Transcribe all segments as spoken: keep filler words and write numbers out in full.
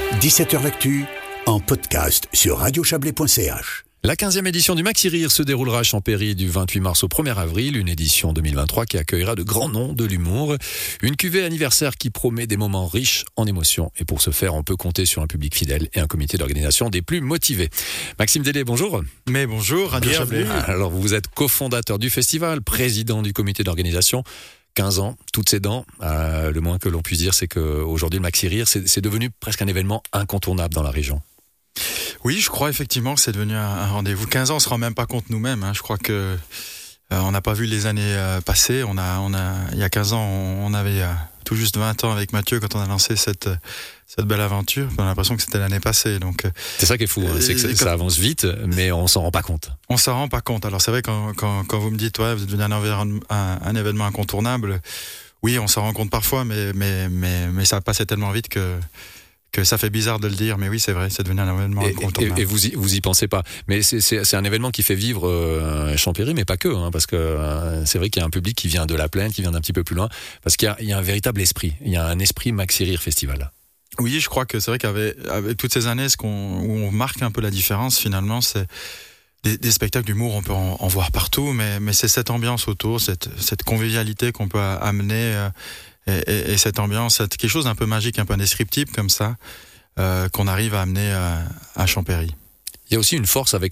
dix-sept heures L'actu, en podcast sur radio chablais point c h. La quinzième édition du Maxi Rire se déroulera à Champéry du vingt-huit mars au premier avril, une édition deux mille vingt-trois qui accueillera de grands noms de l'humour. Une cuvée anniversaire qui promet des moments riches en émotions. Et pour ce faire, on peut compter sur un public fidèle et un comité d'organisation des plus motivés. Maxime Delay, bonjour. Mais bonjour, Radio Chablais. Alors, vous êtes cofondateur du festival, président du comité d'organisation. quinze ans, toutes ses dents. Euh, le moins que l'on puisse dire, c'est qu'aujourd'hui, le Maxi Rire, c'est, c'est devenu presque un événement incontournable dans la région. Oui, je crois effectivement que c'est devenu un, un rendez-vous. quinze ans, on ne se rend même pas compte nous-mêmes. Hein. Je crois que euh, on n'a pas vu les années euh, passées. On a, on a, il y a quinze ans, on, on avait euh, tout juste vingt ans avec Mathieu quand on a lancé cette, cette belle aventure. On a l'impression que c'était l'année passée. Donc, euh, c'est ça qui est fou, hein. C'est que ça, quand... ça avance vite, mais on s'en rend pas compte. On s'en rend pas compte. Alors c'est vrai, quand, quand, quand vous me dites ouais, vous êtes devenu un, environ, un, un événement incontournable, oui, on s'en rend compte parfois, mais, mais, mais, mais ça passait tellement vite que... que ça fait bizarre de le dire, mais oui, c'est vrai, c'est devenu un événement et, incontournable. Et, et vous y, vous y pensez pas. Mais c'est, c'est, c'est un événement qui fait vivre euh, Champéry, mais pas que, hein, parce que euh, c'est vrai qu'il y a un public qui vient de la plaine, qui vient d'un petit peu plus loin, parce qu'il y a, il y a un véritable esprit. Il y a un esprit Maxi Rire Festival. Oui, je crois que c'est vrai qu'avec avec toutes ces années, ce qu'on, où on marque un peu la différence, finalement, c'est des, des spectacles d'humour, on peut en, en voir partout, mais, mais c'est cette ambiance autour, cette, cette convivialité qu'on peut amener... Euh, Et, et, et cette ambiance, c'est quelque chose d'un peu magique, un peu indescriptible comme ça, euh, qu'on arrive à amener à, à Champéry. Il y a aussi une force avec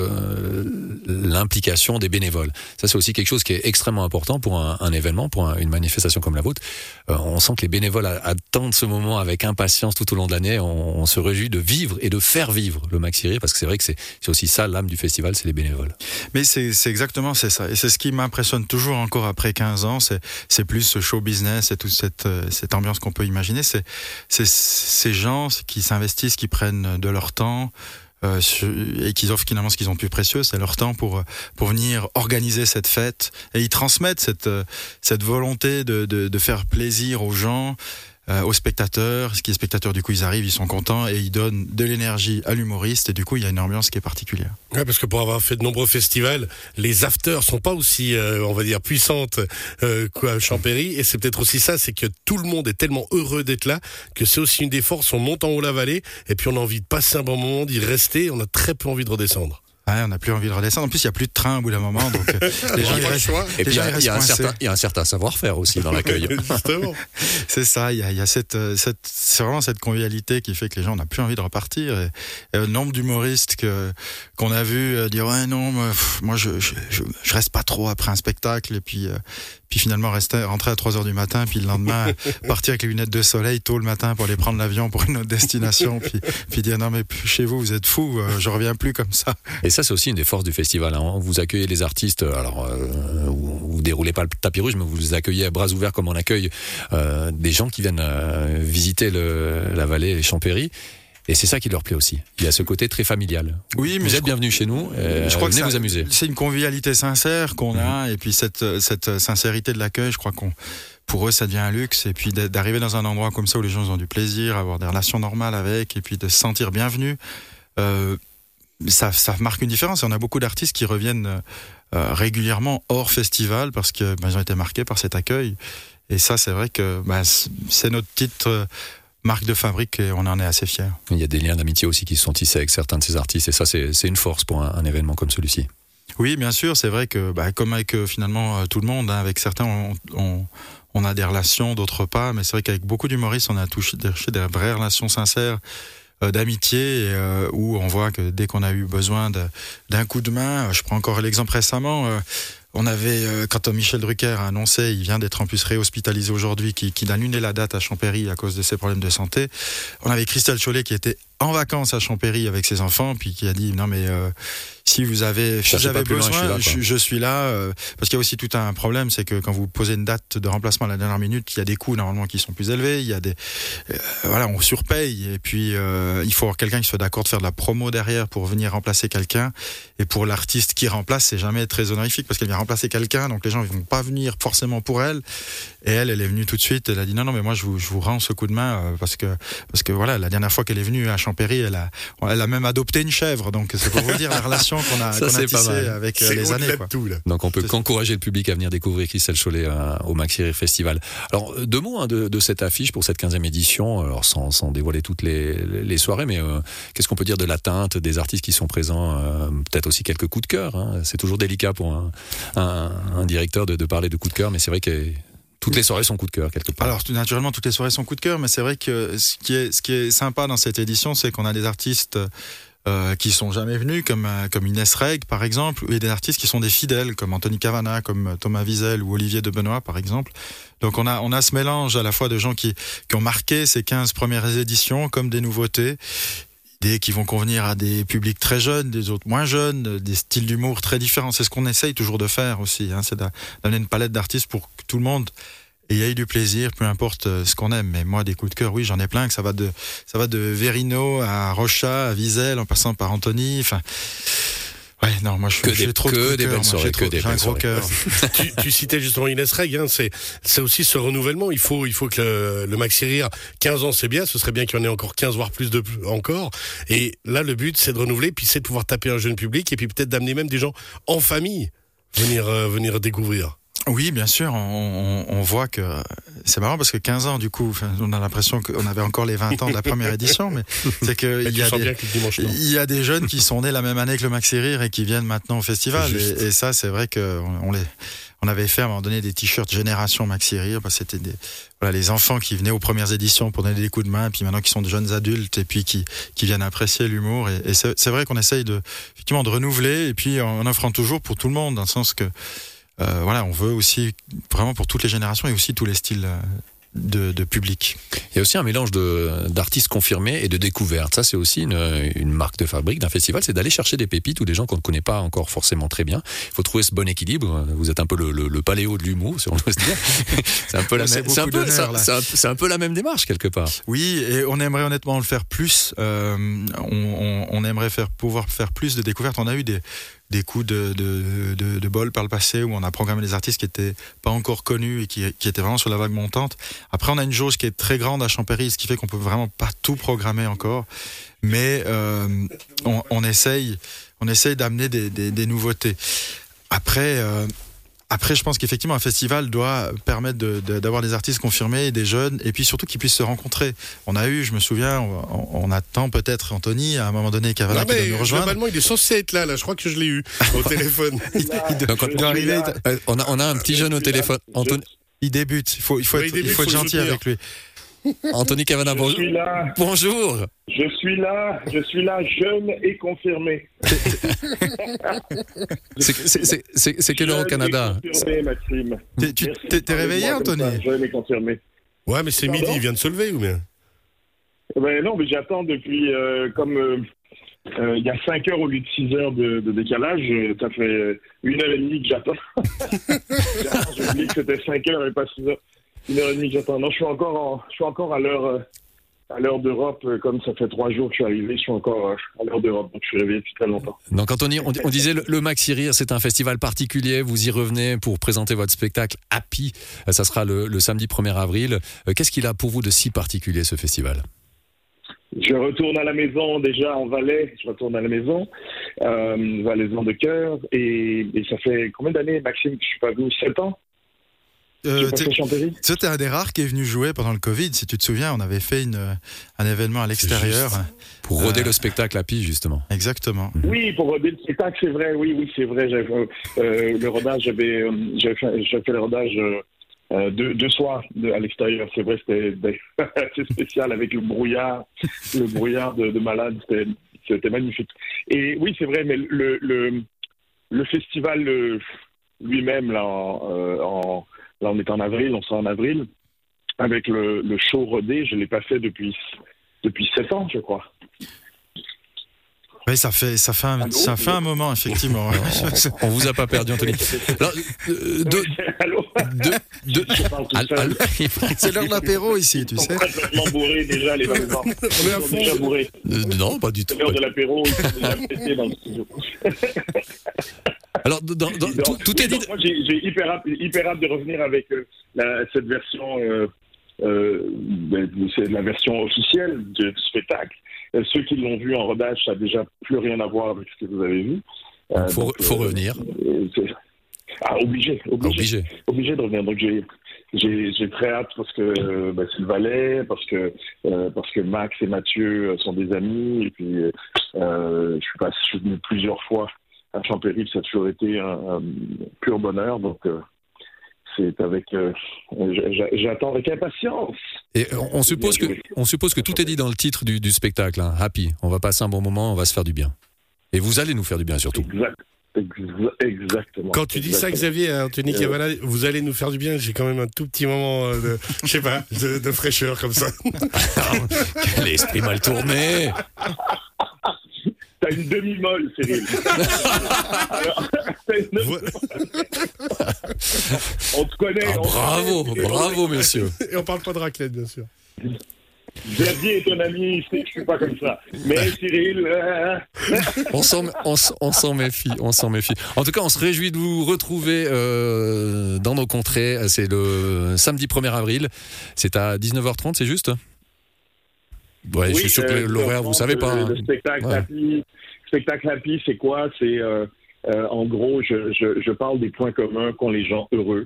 le, l'implication des bénévoles. Ça, c'est aussi quelque chose qui est extrêmement important pour un, un événement, pour un, une manifestation comme la vôtre. Euh, on sent que les bénévoles attendent ce moment avec impatience tout au long de l'année. On, on se réjouit de vivre et de faire vivre le Maxi Rire, parce que c'est vrai que c'est, c'est aussi ça l'âme du festival, c'est les bénévoles. Mais c'est, c'est exactement c'est ça. Et c'est ce qui m'impressionne toujours encore après quinze ans. C'est, c'est plus ce show business et toute cette, cette ambiance qu'on peut imaginer. C'est, c'est ces gens qui s'investissent, qui prennent de leur temps, Euh, et qu'ils offrent finalement ce qu'ils ont de plus précieux, c'est leur temps pour pour venir organiser cette fête, et ils transmettent cette cette volonté de de, de faire plaisir aux gens, euh, aux spectateurs. Ce qui est spectateurs, du coup, ils arrivent, ils sont contents et ils donnent de l'énergie à l'humoriste, et du coup, il y a une ambiance qui est particulière. Ouais, parce que pour avoir fait de nombreux festivals, les afters sont pas aussi, euh, on va dire, puissantes euh, qu'à Champéry, et c'est peut-être aussi ça, c'est que tout le monde est tellement heureux d'être là que c'est aussi une des forces. On monte en haut la vallée et puis on a envie de passer un bon moment, d'y rester. On a très peu envie de redescendre. Ouais, on n'a plus envie de redescendre. En plus, il n'y a plus de train au bout d'un moment, donc euh, les gens, ils restent, et puis il y, y, y, y a un certain savoir-faire aussi dans l'accueil. Justement. C'est ça. Il y a, y a cette, cette, c'est vraiment cette convivialité qui fait que les gens n'ont plus envie de repartir. Et, et le nombre d'humoristes que qu'on a vu euh, dire ouais non, moi, pff, moi je, je je je reste pas trop après un spectacle, et puis euh, puis finalement rester rentrer à trois heures du matin, puis le lendemain partir avec les lunettes de soleil tôt le matin pour aller prendre l'avion pour une autre destination, puis puis dire non mais chez vous vous êtes fous, euh, je reviens plus comme ça. Et ça, c'est aussi une des forces du festival. Hein. Vous accueillez les artistes, alors euh, vous, vous déroulez pas le tapis rouge, mais vous les accueillez à bras ouverts comme on accueille euh, des gens qui viennent euh, visiter le, la vallée, les Champéry. Et c'est ça qui leur plaît aussi. Il y a ce côté très familial. Oui, mais vous êtes bienvenus chez nous. Euh, je crois venez que ça, vous amuser. C'est une convivialité sincère qu'on mmh. a, et puis cette cette sincérité de l'accueil, je crois qu'on pour eux ça devient un luxe, et puis d'arriver dans un endroit comme ça où les gens ont du plaisir, avoir des relations normales avec, et puis de se sentir bienvenus. Euh, Ça, ça marque une différence. On a beaucoup d'artistes qui reviennent euh, régulièrement hors festival parce que bah, ils ont été marqués par cet accueil. Et ça, c'est vrai que bah, c'est notre petite euh, marque de fabrique, et on en est assez fiers. Il y a des liens d'amitié aussi qui se sont tissés avec certains de ces artistes, et ça, c'est, c'est une force pour un, un événement comme celui-ci. Oui, bien sûr. C'est vrai que bah, comme avec euh, finalement euh, tout le monde, hein, avec certains, on, on, on a des relations, d'autres pas. Mais c'est vrai qu'avec beaucoup d'humoristes, on a touché des, des vraies relations sincères, d'amitié, euh, où on voit que dès qu'on a eu besoin de, d'un coup de main, je prends encore l'exemple récemment, euh, on avait, euh, quand Michel Drucker a annoncé, il vient d'être en plus réhospitalisé aujourd'hui, qui, qui annulait la date à Champéry à cause de ses problèmes de santé, on avait Christelle Chollet qui était en vacances à Champéry avec ses enfants, puis qui a dit non mais euh, si vous avez, si j'avais besoin, loin, je, suis là, je, je suis là. Euh, parce qu'il y a aussi tout un problème, c'est que quand vous posez une date de remplacement à la dernière minute, il y a des coûts normalement qui sont plus élevés, il y a des, euh, voilà, on surpaye, et puis euh, il faut avoir quelqu'un qui soit d'accord de faire de la promo derrière pour venir remplacer quelqu'un. Et pour l'artiste qui remplace, c'est jamais très honorifique parce qu'elle vient remplacer quelqu'un, donc les gens ils vont pas venir forcément pour elle. Et elle, elle est venue tout de suite. Elle a dit non non mais moi je vous, je vous rends ce coup de main euh, parce que parce que voilà, la dernière fois qu'elle est venue à Champéry, elle a, elle a même adopté une chèvre. Donc c'est pour vous dire la relation qu'on a, Ça, qu'on a c'est pas tissée mal. avec euh, C'est les au-delà années. de Quoi. tout, là. Donc on peut C'est qu'encourager le public à venir découvrir Christelle Chollet euh, au Maxi Rire Festival. Alors euh, deux mots hein, de, de cette affiche pour cette quinzième édition, alors sans, sans dévoiler toutes les, les soirées, mais euh, qu'est-ce qu'on peut dire de l'atteinte des artistes qui sont présents, euh, peut-être aussi quelques coups de cœur. Hein. C'est toujours délicat pour un, un, un directeur de, de parler de coups de cœur, mais c'est vrai que toutes les soirées sont coup de cœur quelque part. Alors, tout naturellement, toutes les soirées sont coup de cœur, mais c'est vrai que ce qui est, ce qui est sympa dans cette édition, c'est qu'on a des artistes euh, qui sont jamais venus, comme, euh, comme Inès Reg, par exemple, et des artistes qui sont des fidèles, comme Anthony Cavana, comme Thomas Wiesel ou Olivier de Benoît, par exemple. Donc, on a, on a ce mélange à la fois de gens qui, qui ont marqué ces quinze premières éditions, comme des nouveautés, des qui vont convenir à des publics très jeunes, des autres moins jeunes, des styles d'humour très différents. C'est ce qu'on essaye toujours de faire aussi, hein, c'est d'amener une palette d'artistes pour que tout le monde ait eu du plaisir, peu importe ce qu'on aime. Mais moi, des coups de cœur, oui, j'en ai plein, que ça va de, ça va de Verino à Rocha, à Wiesel, en passant par Anthony, enfin... Ouais, non, moi je Que fais des- trop que de coups de des cœur, belles moi, soirées, j'ai que trop- des j'ai un belles gros soirées. cœur. tu, tu citais justement Inès Reg, hein, c'est, c'est aussi ce renouvellement. Il faut, il faut que le, le Maxi Rire, quinze ans c'est bien, ce serait bien qu'il y en ait encore quinze, voire plus de encore. Et là, le but, c'est de renouveler, puis c'est de pouvoir taper un jeune public, et puis peut-être d'amener même des gens en famille venir, euh, venir découvrir. Oui, bien sûr, on, on, on voit que c'est marrant parce que quinze ans, du coup, enfin, on a l'impression qu'on avait encore les vingt ans de la première édition, mais c'est que Et il tu y a sens des, bien que le dimanche, non. il y a des jeunes qui sont nés la même année que le Maxi Rire et qui viennent maintenant au festival. C'est juste. Et, et ça, c'est vrai que on, on les, on avait fait à un moment donné des t-shirts Génération Maxi Rire, parce que c'était des, voilà, les enfants qui venaient aux premières éditions pour donner des coups de main, puis maintenant qui sont de jeunes adultes et puis qui, qui viennent apprécier l'humour. Et, et c'est, c'est vrai qu'on essaye de, effectivement, de renouveler et puis en offrant toujours pour tout le monde, dans le sens que Euh, voilà, on veut aussi vraiment pour toutes les générations et aussi tous les styles euh, de, de public. Il y a aussi un mélange de, d'artistes confirmés et de découvertes. Ça, c'est aussi une, une marque de fabrique d'un festival, c'est d'aller chercher des pépites ou des gens qu'on ne connaît pas encore forcément très bien. Il faut trouver ce bon équilibre. Vous êtes un peu le, le, le paléo de l'humour, si on doit se dire. C'est un peu la Ouais, c'est même, c'est un beaucoup peu, d'honneur, c'est là. un- c'est un, c'est un peu la même démarche quelque part. Oui, et on aimerait honnêtement le faire plus. Euh, on, on, on aimerait faire, pouvoir faire plus de découvertes. On a eu des, des coups de, de, de, de bol par le passé où on a programmé des artistes qui étaient pas encore connus et qui, qui étaient vraiment sur la vague montante. Après, on a une jauge qui est très grande à Champéry, ce qui fait qu'on peut vraiment pas tout programmer encore. Mais euh, on, on essaye, on essaye d'amener des, des, des nouveautés. Après. Euh, Après, je pense qu'effectivement, un festival doit permettre de, de, d'avoir des artistes confirmés, des jeunes, et puis surtout qu'ils puissent se rencontrer. On a eu, je me souviens, on, on attend peut-être Anthony à un moment donné, Cavana, Non, qui doit mais nous rejoindre. globalement, il est censé être là, là. Je crois que je l'ai eu au téléphone. Il, il doit, Donc, on- il doit arriver, il, Euh, On a, on a un petit jeune au téléphone. Anthony, il débute. Il faut, il faut Oui, être, il débute, il faut être faut le gentil soutenir. avec lui. Anthony Cavana, Je bonjour. suis là, Bonjour. je suis là, je suis là, jeune et confirmé. C'est, c'est, c'est, c'est, c'est quelle heure au Jeune Canada? et confirmé, Maxime. T'es, tu, Merci t'es, de t'es parler de réveillé, moi comme Anthony? ça, Jeune et confirmé. Ouais, mais c'est Pardon midi, il vient de se lever ou bien? Ben non, mais j'attends depuis euh, comme euh, euh, il y a cinq heures au lieu de six heures de, de décalage. euh, Ça fait une heure et demie que j'attends. J'attends, J'ai oublié que c'était cinq heures et pas six heures. Une heure et demie que j'attends. Non, je suis encore, en, je suis encore à l'heure. Euh, à l'heure d'Europe, euh, comme ça fait trois jours que je suis arrivé, je suis encore euh, à l'heure d'Europe, donc je suis réveillé depuis très longtemps. Donc Anthony, on, on disait le, le Maxi Rire, c'est un festival particulier. Vous y revenez pour présenter votre spectacle Happy. Euh, Ça sera le, le samedi premier avril. Euh, Qu'est-ce qu'il a pour vous de si particulier ce festival? Je retourne à la maison déjà en Valais, je retourne à la maison, euh, Valaisan de cœur, et, et ça fait combien d'années, Maxime, que je suis pas venu? sept ans? Euh, J'ai pas t'es, fait Champéry. tu t'es un des rares qui est venu jouer pendant le Covid. Si tu te souviens, on avait fait une, un événement à l'extérieur. Pour roder Euh, le spectacle Happy, justement. Exactement. Oui, pour roder le spectacle, c'est vrai, oui, oui, c'est vrai. J'avais, euh, euh, le rodage, j'avais, euh, j'avais, fait, j'avais fait le rodage euh, euh, deux, deux soirs de, à l'extérieur. C'est vrai, c'était, c'était assez spécial avec le brouillard, le brouillard de, de malade. C'était, c'était magnifique. Et oui, c'est vrai, mais le, le, le festival euh, lui-même, là, en, euh, en, là, on est en avril, on sera en avril, avec le, le show rodé, je ne l'ai pas fait depuis, depuis sept ans, je crois. Oui, ça fait, ça fait un, ça fait un moment, effectivement. On vous a pas perdu, Anthony. Alors, euh, deux, Allô? deux, deux, Je parle tout Al- seul. al- C'est l'heure de l'apéro ici, tu Ils sais. sont complètement bourrés déjà, les Valaisans. On est à Ils sont fond. déjà bourrés. Euh, non, pas du tout. C'est l'heure de l'apéro, ils sont déjà pétés dans le studio. Alors, dans, dans- tout, Donc, tout oui, est dit. donc moi, j'ai, j'ai hyper, hâte, hyper hâte de revenir avec euh, la, cette version euh, euh, ben, c'est la version officielle du, du spectacle. Euh, ceux qui l'ont vu en rodage, ça n'a déjà plus rien à voir avec ce que vous avez vu. Il Euh, faut, donc, faut euh, revenir. euh, c'est- Ah, obligé, obligé, Obligé. obligé de revenir. Donc j'ai, j'ai, j'ai très hâte parce que euh, bah, c'est le Valais, parce que euh, parce que Max et Mathieu sont des amis, et puis euh, je suis pas, je suis venu plusieurs fois à Champéry, ça a toujours été un, un pur bonheur. Donc euh, c'est avec, euh, j'a- j'attends avec impatience. Et on, on suppose que, on suppose que tout est dit dans le titre du, du spectacle. Hein. Happy. On va passer un bon moment, on va se faire du bien. Et vous allez nous faire du bien surtout. Exact, exa- exactement. Quand tu dis ça, Exactement. Xavier, à Anthony Euh, Cavana, vous allez nous faire du bien, j'ai quand même un tout petit moment euh, de, je sais pas, de, de fraîcheur comme ça. Quel esprit mal tourné. T'as une demi-molle, Cyril. Alors, t'as une- Vo- On te connaît. Ah, on te bravo, connaît. bravo messieurs. Et on parle pas de raclette, bien sûr. Xavier est ton ami, il sait que je suis pas comme ça. Mais Cyril, euh, On s'en, on, s- on s'en méfie, on s'en méfie. En tout cas, on se réjouit de vous retrouver euh, dans nos contrées. C'est le samedi premier avril. C'est à dix-neuf heures trente, c'est juste ? Ouais, je oui, suis sûr que euh, l'horaire, vous savez pas. Le, hein. le spectacle Ouais. Happy, spectacle Happy, c'est quoi? C'est euh, euh, en gros, je, je, je parle des points communs qu'ont les gens heureux.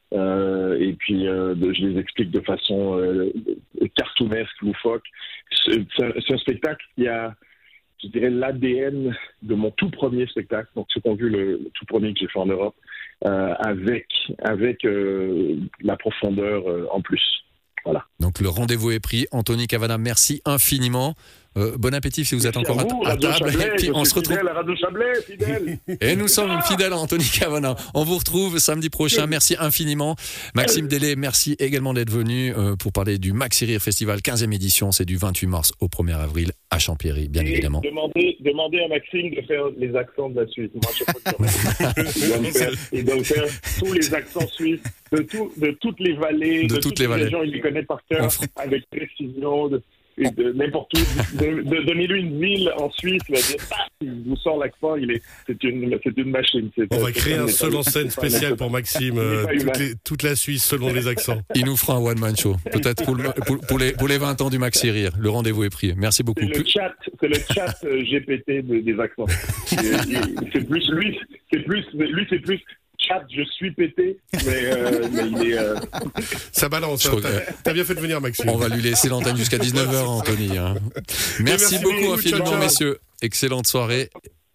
Euh, et puis, euh, de- je les explique de façon euh, cartoonesque, loufoque. C'est, c'est un, c'est un spectacle qui a, je dirais, l'A D N de mon tout premier spectacle. Donc, ceux qui ont vu le, le tout premier que j'ai fait en Europe, euh, avec, avec euh, la profondeur euh, en plus. Voilà. Donc le rendez-vous est pris. Anthony Cavana, merci infiniment. Euh, bon appétit si vous êtes Merci encore à à, vous, à Radio table. Chablais, Et puis je on suis se retrouve. fidèle à Radio Chablais, fidèle. Et nous sommes fidèles à Anthony Cavana. On vous retrouve samedi prochain. Merci infiniment. Maxime Delay, merci également d'être venu euh, pour parler du Maxi Rire Festival quinzième édition. C'est du vingt-huit mars au premier avril à Champéry, bien Et évidemment. Demandez, demandez à Maxime de faire les accents de la Suisse. Moi, je sais pas comment. il, doit me faire, il doit me faire tous les accents suisses de, tout, de toutes les vallées, De de, toutes toutes les les vallées. régions. Il les connaît par cœur, On fera- avec précision, de, et de n'importe où. De, de, Donnez-lui une ville en Suisse, il va dire, ah, il vous sort l'accent, il est, c'est une, c'est une machine. C'est, On va c'est créer pas- un c'est seul pas- en scène c'est pas spécial un- pour Maxime, Il n'est euh, pas toute, humain. les- toute la Suisse selon les accents. Il nous fera un one-man show. Peut-être pour, le- pour, pour les, pour les vingt ans du Maxi Rire. Le rendez-vous est pris. Merci beaucoup. C'est le chat, c'est le chat euh, G P T de- des accents. Et, et, c'est plus lui, c'est plus lui, c'est plus chat. Je suis pété, mais, euh, mais il est. Euh, Ça balance, Je hein. crois que- T'as, t'as bien fait de venir, Maxime. On va lui laisser l'antenne jusqu'à dix-neuf heures, Anthony. hein. Merci, merci beaucoup beaucoup, infiniment, ciao, ciao. messieurs. Excellente soirée.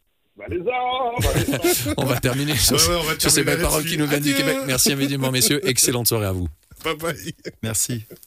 Valaisan, Valaisan. On va terminer sur, Ouais, ouais, on va sur ces terminer belles paroles là-dessus. qui nous viennent du Adieu. Québec. Merci infiniment, messieurs. Excellente soirée à vous. Bye bye. Merci.